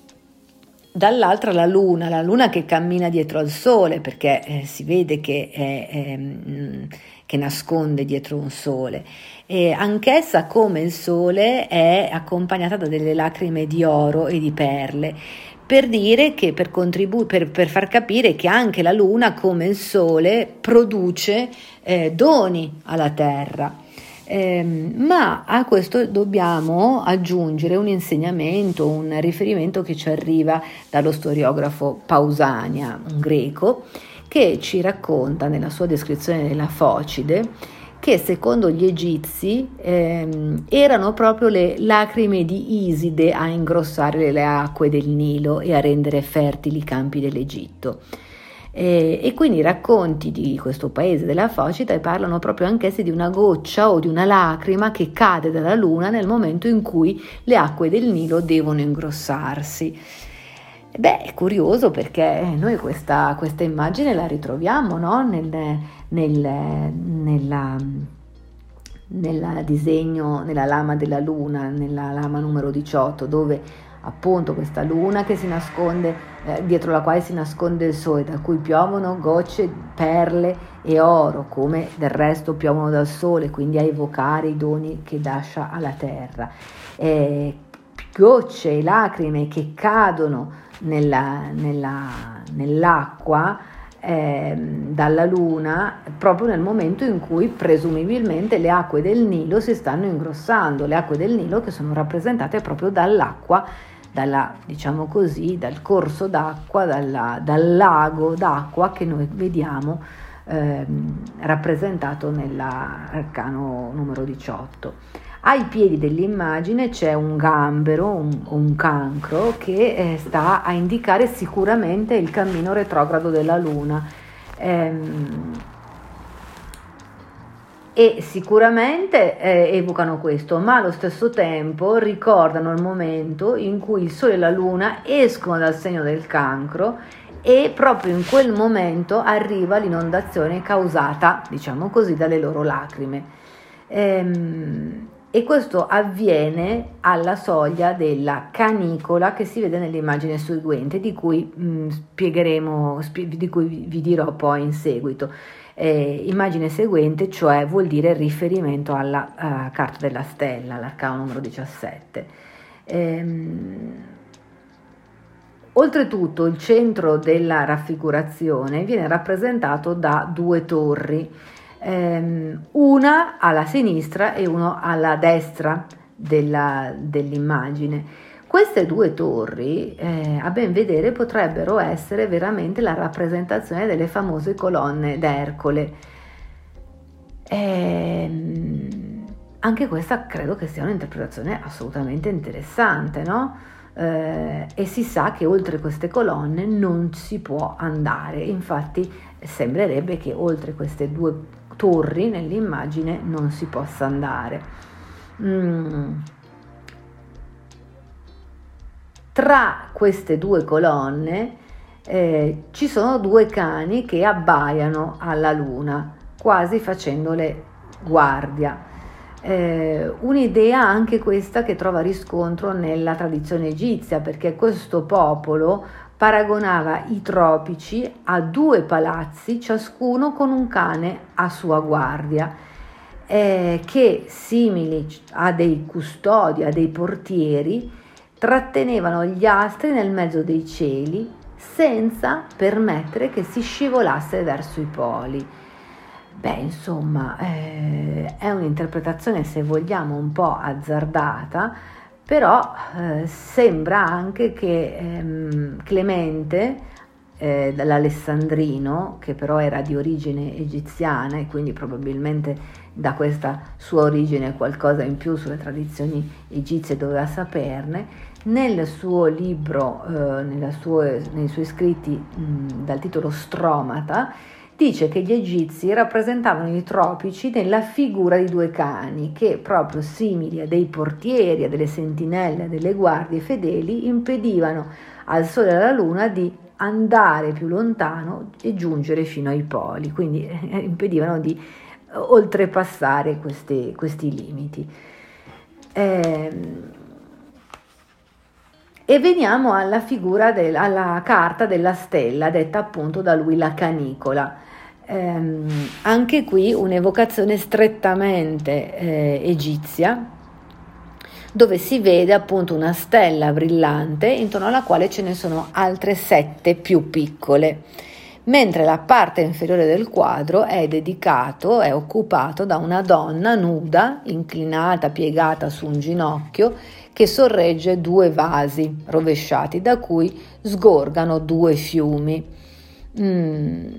Dall'altra la luna, la luna che cammina dietro al sole, perché eh, si vede che, è, è, che nasconde dietro un sole, e anch'essa come il sole è accompagnata da delle lacrime di oro e di perle, per dire che per, contribu- per, per far capire che anche la luna come il sole produce eh, doni alla terra. Eh, ma a questo dobbiamo aggiungere un insegnamento, un riferimento che ci arriva dallo storiografo Pausania, un greco, che ci racconta nella sua descrizione della Focide che secondo gli egizi ehm, erano proprio le lacrime di Iside a ingrossare le acque del Nilo e a rendere fertili i campi dell'Egitto. E, e quindi i racconti di questo paese della Focida parlano proprio anch'essi di una goccia o di una lacrima che cade dalla luna nel momento in cui le acque del Nilo devono ingrossarsi. Beh, è curioso perché noi questa, questa immagine la ritroviamo, no? nel, nel, nella, nella disegno, nella lama della luna, nella lama numero diciotto, dove appunto questa luna che si nasconde, eh, dietro la quale si nasconde il sole, da cui piovono gocce, perle e oro, come del resto piovono dal sole, quindi a evocare i doni che lascia alla terra. Eh, gocce e lacrime che cadono nella, nella, nell'acqua eh, dalla luna, proprio nel momento in cui presumibilmente le acque del Nilo si stanno ingrossando, le acque del Nilo che sono rappresentate proprio dall'acqua dalla, diciamo così, dal corso d'acqua, dalla, dal lago d'acqua che noi vediamo ehm, rappresentato nell'arcano numero diciotto. Ai piedi dell'immagine c'è un gambero, un, un cancro, che eh, sta a indicare sicuramente il cammino retrogrado della Luna. Ehm, e sicuramente eh, evocano questo, ma allo stesso tempo ricordano il momento in cui il Sole e la Luna escono dal segno del Cancro e proprio in quel momento arriva l'inondazione causata, diciamo così, dalle loro lacrime. Ehm, e questo avviene alla soglia della canicola che si vede nell'immagine seguente, di cui mh, spiegheremo, spie- di cui vi, vi dirò poi in seguito. Eh, immagine seguente, cioè vuol dire riferimento alla uh, carta della stella, l'arcano numero diciassette. Ehm, oltretutto il centro della raffigurazione viene rappresentato da due torri, ehm, una alla sinistra e una alla destra della, dell'immagine. Queste due torri, eh, a ben vedere, potrebbero essere veramente la rappresentazione delle famose colonne d'Ercole. E, anche questa credo che sia un'interpretazione assolutamente interessante, no? Eh, e si sa che oltre queste colonne non si può andare, infatti sembrerebbe che oltre queste due torri nell'immagine non si possa andare. Mm. Tra queste due colonne eh, ci sono due cani che abbaiano alla luna, quasi facendole guardia. Eh, un'idea anche questa che trova riscontro nella tradizione egizia, perché questo popolo paragonava i tropici a due palazzi, ciascuno con un cane a sua guardia, eh, che simili a dei custodi, a dei portieri, trattenevano gli astri nel mezzo dei cieli senza permettere che si scivolasse verso i poli. Beh, insomma, eh, è un'interpretazione, se vogliamo, un po' azzardata, però eh, sembra anche che ehm, Clemente, eh, l'Alessandrino, che però era di origine egiziana e quindi probabilmente da questa sua origine qualcosa in più sulle tradizioni egizie doveva saperne, nel suo libro, eh, nella sue, nei suoi scritti mh, dal titolo Stromata, dice che gli egizi rappresentavano i tropici nella figura di due cani che, proprio simili a dei portieri, a delle sentinelle, a delle guardie fedeli, impedivano al Sole e alla Luna di andare più lontano e giungere fino ai poli, quindi eh, impedivano di oltrepassare questi, questi limiti. Eh, E veniamo alla figura, del, alla carta della stella, detta appunto da lui la canicola. Ehm, anche qui un'evocazione strettamente eh, egizia, dove si vede appunto una stella brillante intorno alla quale ce ne sono altre sette più piccole, mentre la parte inferiore del quadro è dedicato, è occupato da una donna nuda, inclinata, piegata su un ginocchio, che sorregge due vasi rovesciati da cui sgorgano due fiumi. Mm.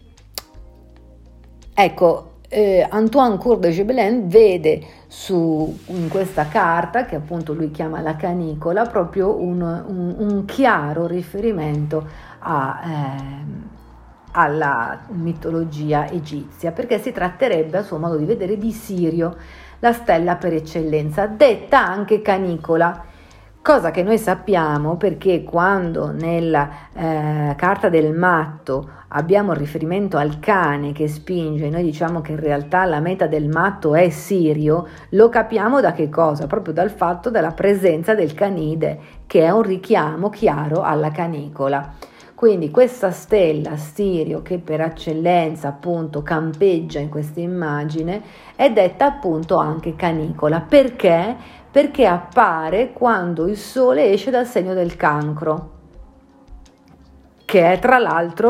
Ecco, eh, Antoine Cour de Gébelin vede su, in questa carta, che appunto lui chiama la canicola, proprio un, un, un chiaro riferimento a, eh, alla mitologia egizia, perché si tratterebbe, a suo modo di vedere, di Sirio, la stella per eccellenza, detta anche canicola, cosa che noi sappiamo perché quando nella eh, carta del matto abbiamo il riferimento al cane che spinge, noi diciamo che in realtà la meta del matto è Sirio, lo capiamo da che cosa? Proprio dal fatto della presenza del canide, che è un richiamo chiaro alla canicola. Quindi questa stella Sirio, che per eccellenza appunto campeggia in questa immagine, è detta appunto anche canicola. Perché? Perché appare quando il Sole esce dal segno del Cancro, che è tra l'altro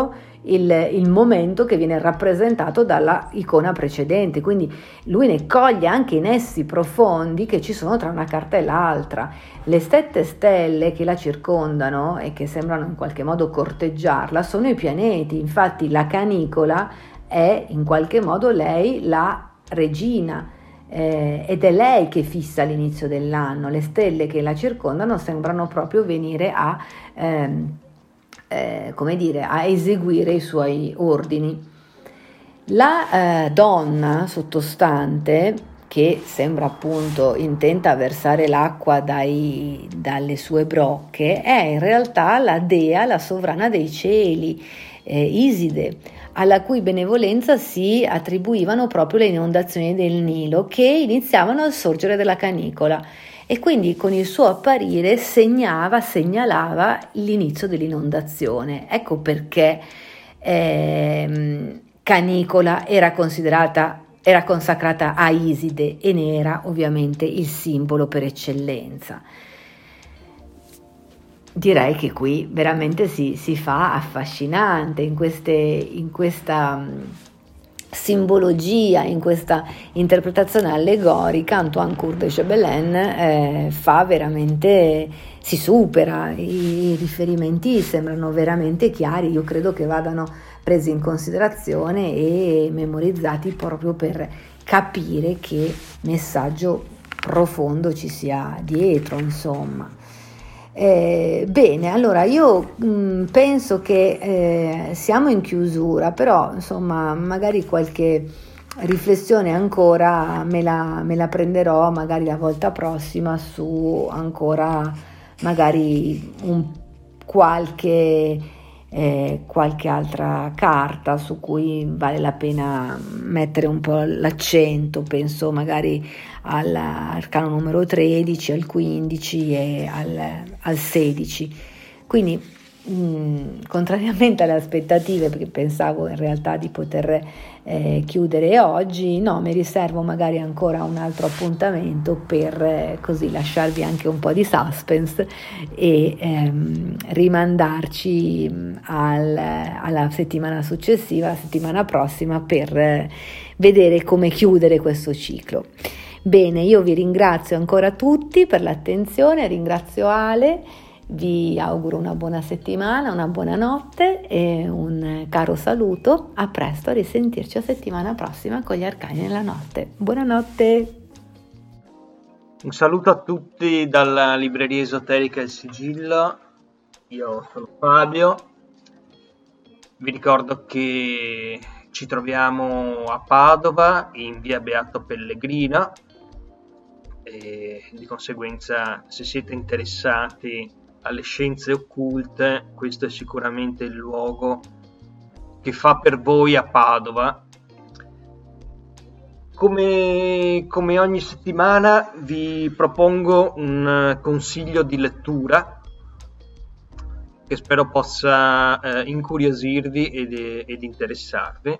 il, il momento che viene rappresentato dalla icona precedente, quindi lui ne coglie anche i nessi profondi che ci sono tra una carta e l'altra. Le sette stelle che la circondano e che sembrano in qualche modo corteggiarla sono i pianeti, infatti la canicola è in qualche modo lei la regina, eh, ed è lei che fissa l'inizio dell'anno. Le stelle che la circondano sembrano proprio venire a ehm, eh, come dire, a eseguire i suoi ordini. La eh, donna sottostante, che sembra appunto intenta a versare l'acqua dai, dalle sue brocche, è in realtà la dea, la sovrana dei cieli, eh, Iside, alla cui benevolenza si attribuivano proprio le inondazioni del Nilo che iniziavano al sorgere della canicola, e quindi con il suo apparire segnava, segnalava l'inizio dell'inondazione. Ecco perché eh, canicola era considerata, era consacrata a Iside e ne era ovviamente il simbolo per eccellenza. Direi che qui veramente si, si fa affascinante in, queste, in questa simbologia, in questa interpretazione allegorica. Antoine Cour de Chebelin eh, fa veramente, si supera, i, i riferimenti sembrano veramente chiari, io credo che vadano presi in considerazione e memorizzati proprio per capire che messaggio profondo ci sia dietro, insomma. Eh, bene, allora io mh, penso che eh, siamo in chiusura, però insomma magari qualche riflessione ancora me la, me la prenderò magari la volta prossima su ancora magari un qualche eh, qualche altra carta su cui vale la pena mettere un po' l'accento. Penso magari all'arcano numero tredici, al quindici e al, al sedici. Quindi mh, contrariamente alle aspettative, perché pensavo in realtà di poter eh, chiudere oggi, no, mi riservo magari ancora un altro appuntamento per eh, così lasciarvi anche un po' di suspense e ehm, rimandarci al, alla settimana successiva, la settimana prossima, per eh, vedere come chiudere questo ciclo. Bene, io vi ringrazio ancora tutti per l'attenzione, ringrazio Ale, vi auguro una buona settimana, una buona notte e un caro saluto. A presto, a risentirci la settimana prossima con gli arcani nella notte. Buonanotte! Un saluto a tutti dalla libreria esoterica Il Sigillo. Io sono Fabio. Vi ricordo che ci troviamo a Padova in via Beato Pellegrino e di conseguenza, se siete interessati alle scienze occulte, questo è sicuramente il luogo che fa per voi a Padova. Come, come ogni settimana vi propongo un consiglio di lettura che spero possa eh, incuriosirvi ed, ed interessarvi.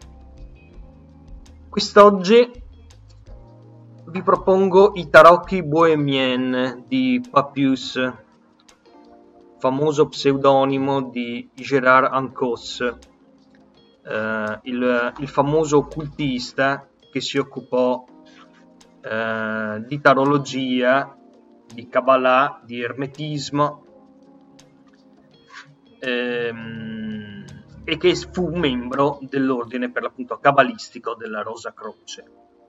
Quest'oggi vi propongo I Tarocchi Bohémiens di Papius, famoso pseudonimo di Gérard Ancos, eh, il, il famoso occultista che si occupò eh, di tarologia, di Kabbalah, di ermetismo, ehm, e che fu membro dell'ordine per l'appunto cabalistico della Rosa Croce,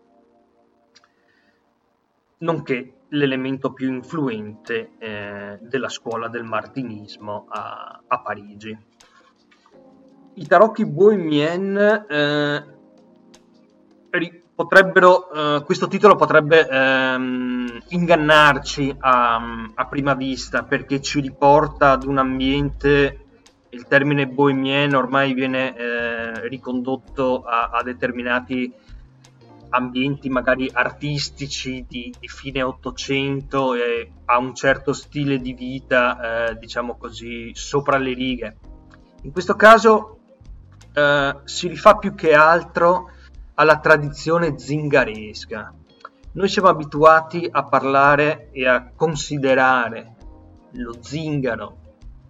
nonché l'elemento più influente eh, della scuola del martinismo a, a Parigi. I Tarocchi Bohémiens eh, potrebbero, eh, questo titolo potrebbe ehm, ingannarci a, a prima vista, perché ci riporta ad un ambiente. Il termine bohémien ormai viene eh, ricondotto a, a determinati ambienti magari artistici di, di fine Ottocento e a un certo stile di vita, eh, diciamo così, sopra le righe. In questo caso eh, si rifà più che altro alla tradizione zingaresca. Noi siamo abituati a parlare e a considerare lo zingaro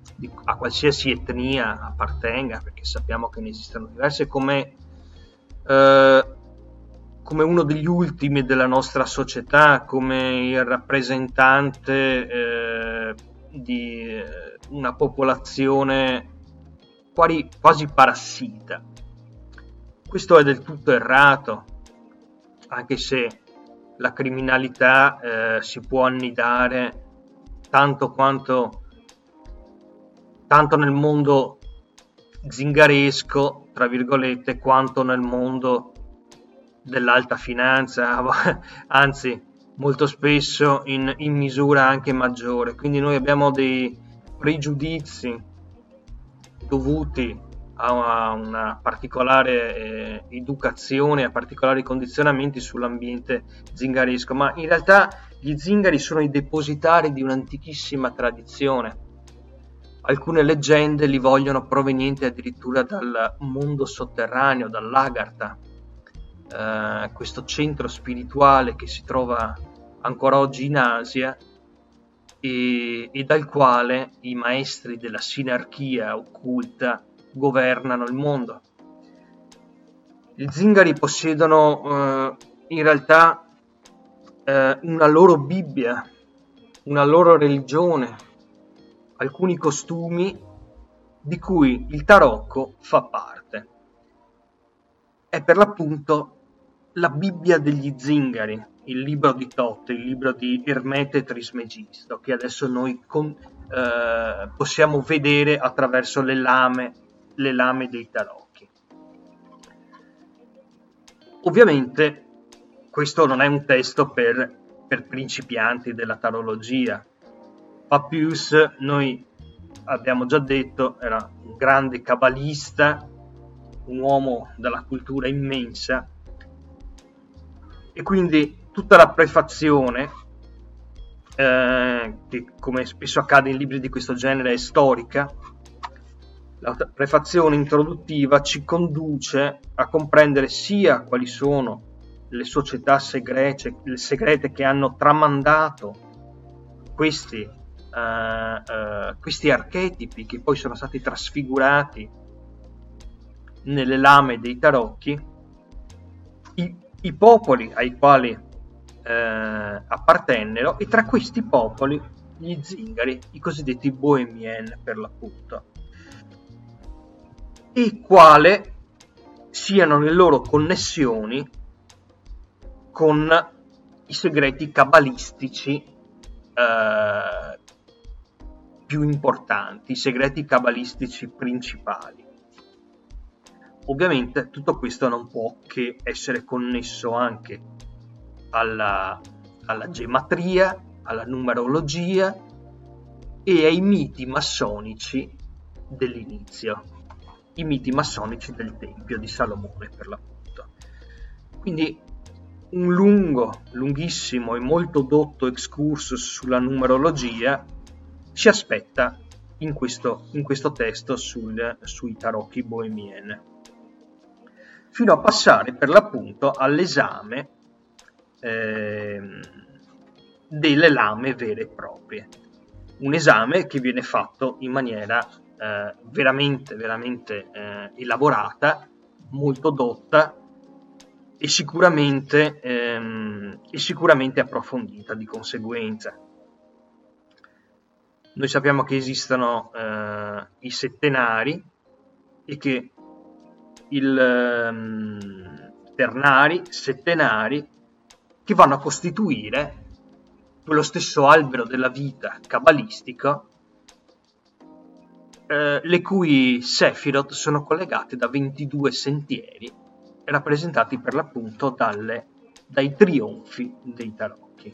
di, a qualsiasi etnia appartenga, perché sappiamo che ne esistono diverse, come, eh, come uno degli ultimi della nostra società, come il rappresentante eh, di una popolazione quasi, quasi parassita. Questo è del tutto errato, anche se la criminalità eh, si può annidare tanto quanto tanto nel mondo zingaresco, tra virgolette, quanto nel mondo dell'alta finanza, anzi molto spesso in, in misura anche maggiore. Quindi noi abbiamo dei pregiudizi dovuti a una particolare eh, educazione, a particolari condizionamenti sull'ambiente zingaresco, ma in realtà gli zingari sono i depositari di un'antichissima tradizione. Alcune leggende li vogliono provenienti addirittura dal mondo sotterraneo, dall'Agartha, eh, questo centro spirituale che si trova ancora oggi in Asia e, e dal quale i maestri della sinarchia occulta governano il mondo. Gli zingari possiedono eh, in realtà eh, una loro Bibbia, una loro religione, alcuni costumi di cui il tarocco fa parte. È per l'appunto la Bibbia degli zingari, il libro di Thoth, il libro di Ermete Trismegisto, che adesso noi con, eh, possiamo vedere attraverso le lame le lame dei tarocchi. Ovviamente questo non è un testo per, per principianti della tarologia. Papius, noi abbiamo già detto, era un grande cabalista, un uomo dalla cultura immensa, e quindi tutta la prefazione, eh, che come spesso accade in libri di questo genere è storica, la prefazione introduttiva ci conduce a comprendere sia quali sono le società segrete, le segrete che hanno tramandato questi, uh, uh, questi archetipi che poi sono stati trasfigurati nelle lame dei tarocchi, i, i popoli ai quali uh, appartennero, e tra questi popoli gli zingari, i cosiddetti bohemien per l'appunto, e quale siano le loro connessioni con i segreti cabalistici eh, più importanti, i segreti cabalistici principali. Ovviamente tutto questo non può che essere connesso anche alla, alla gematria, alla numerologia e ai miti massonici dell'inizio. I miti massonici del Tempio di Salomone per l'appunto. Quindi un lungo, lunghissimo e molto dotto excursus sulla numerologia ci aspetta in questo, in questo testo sul, sui tarocchi bohemien, fino a passare per l'appunto all'esame eh, delle lame vere e proprie. Un esame che viene fatto in maniera Eh, veramente veramente eh, elaborata, molto dotta e sicuramente ehm, e sicuramente approfondita di conseguenza. Noi sappiamo che esistono eh, i settenari e che il ehm, ternari, settenari, che vanno a costituire quello stesso albero della vita cabalistico, Eh, le cui Sephiroth sono collegate da ventidue sentieri, rappresentati per l'appunto dalle, dai trionfi dei tarocchi.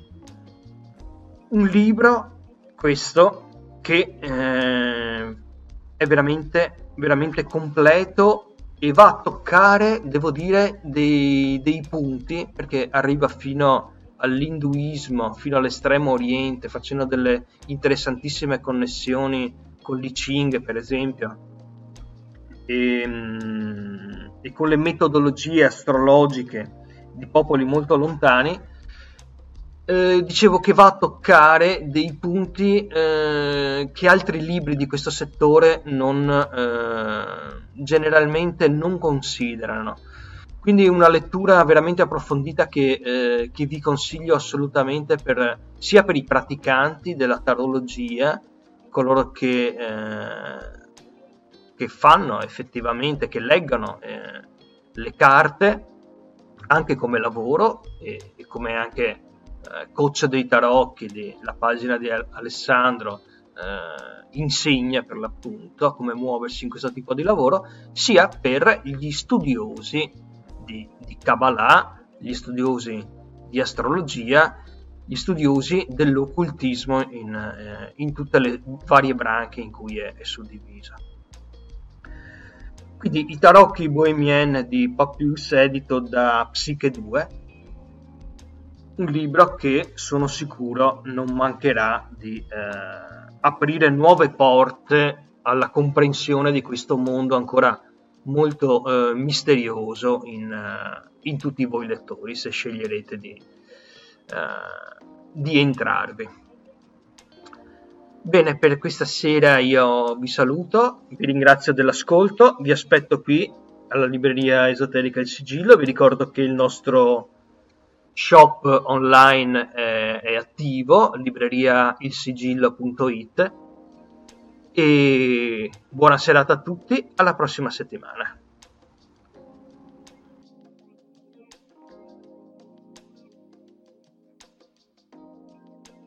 Un libro, questo, che eh, è veramente, veramente completo e va a toccare, devo dire, dei, dei punti, perché arriva fino all'induismo, fino all'estremo oriente, facendo delle interessantissime connessioni con l'I Ching per esempio, e, e con le metodologie astrologiche di popoli molto lontani, eh, dicevo che va a toccare dei punti eh, che altri libri di questo settore non, eh, generalmente non considerano. Quindi una lettura veramente approfondita che, eh, che vi consiglio assolutamente per, sia per i praticanti della tarologia, coloro che, eh, che fanno effettivamente, che leggono eh, le carte anche come lavoro e, e come anche eh, coach dei tarocchi, di, la pagina di Alessandro eh, insegna per l'appunto a come muoversi in questo tipo di lavoro, sia per gli studiosi di, di Kabbalah, gli studiosi di astrologia, gli studiosi dell'occultismo in, eh, in tutte le varie branche in cui è, è suddivisa. Quindi i tarocchi bohemien di Papius, edito da Psiche due, un libro che sono sicuro non mancherà di eh, aprire nuove porte alla comprensione di questo mondo ancora molto eh, misterioso in, uh, in tutti voi lettori, se sceglierete di, uh, di entrarvi. Bene, per questa sera io vi saluto, vi ringrazio dell'ascolto, vi aspetto qui alla libreria esoterica Il Sigillo. Vi ricordo che il nostro shop online è, è attivo, libreria il sigillo punto it. E buona serata a tutti, alla prossima settimana.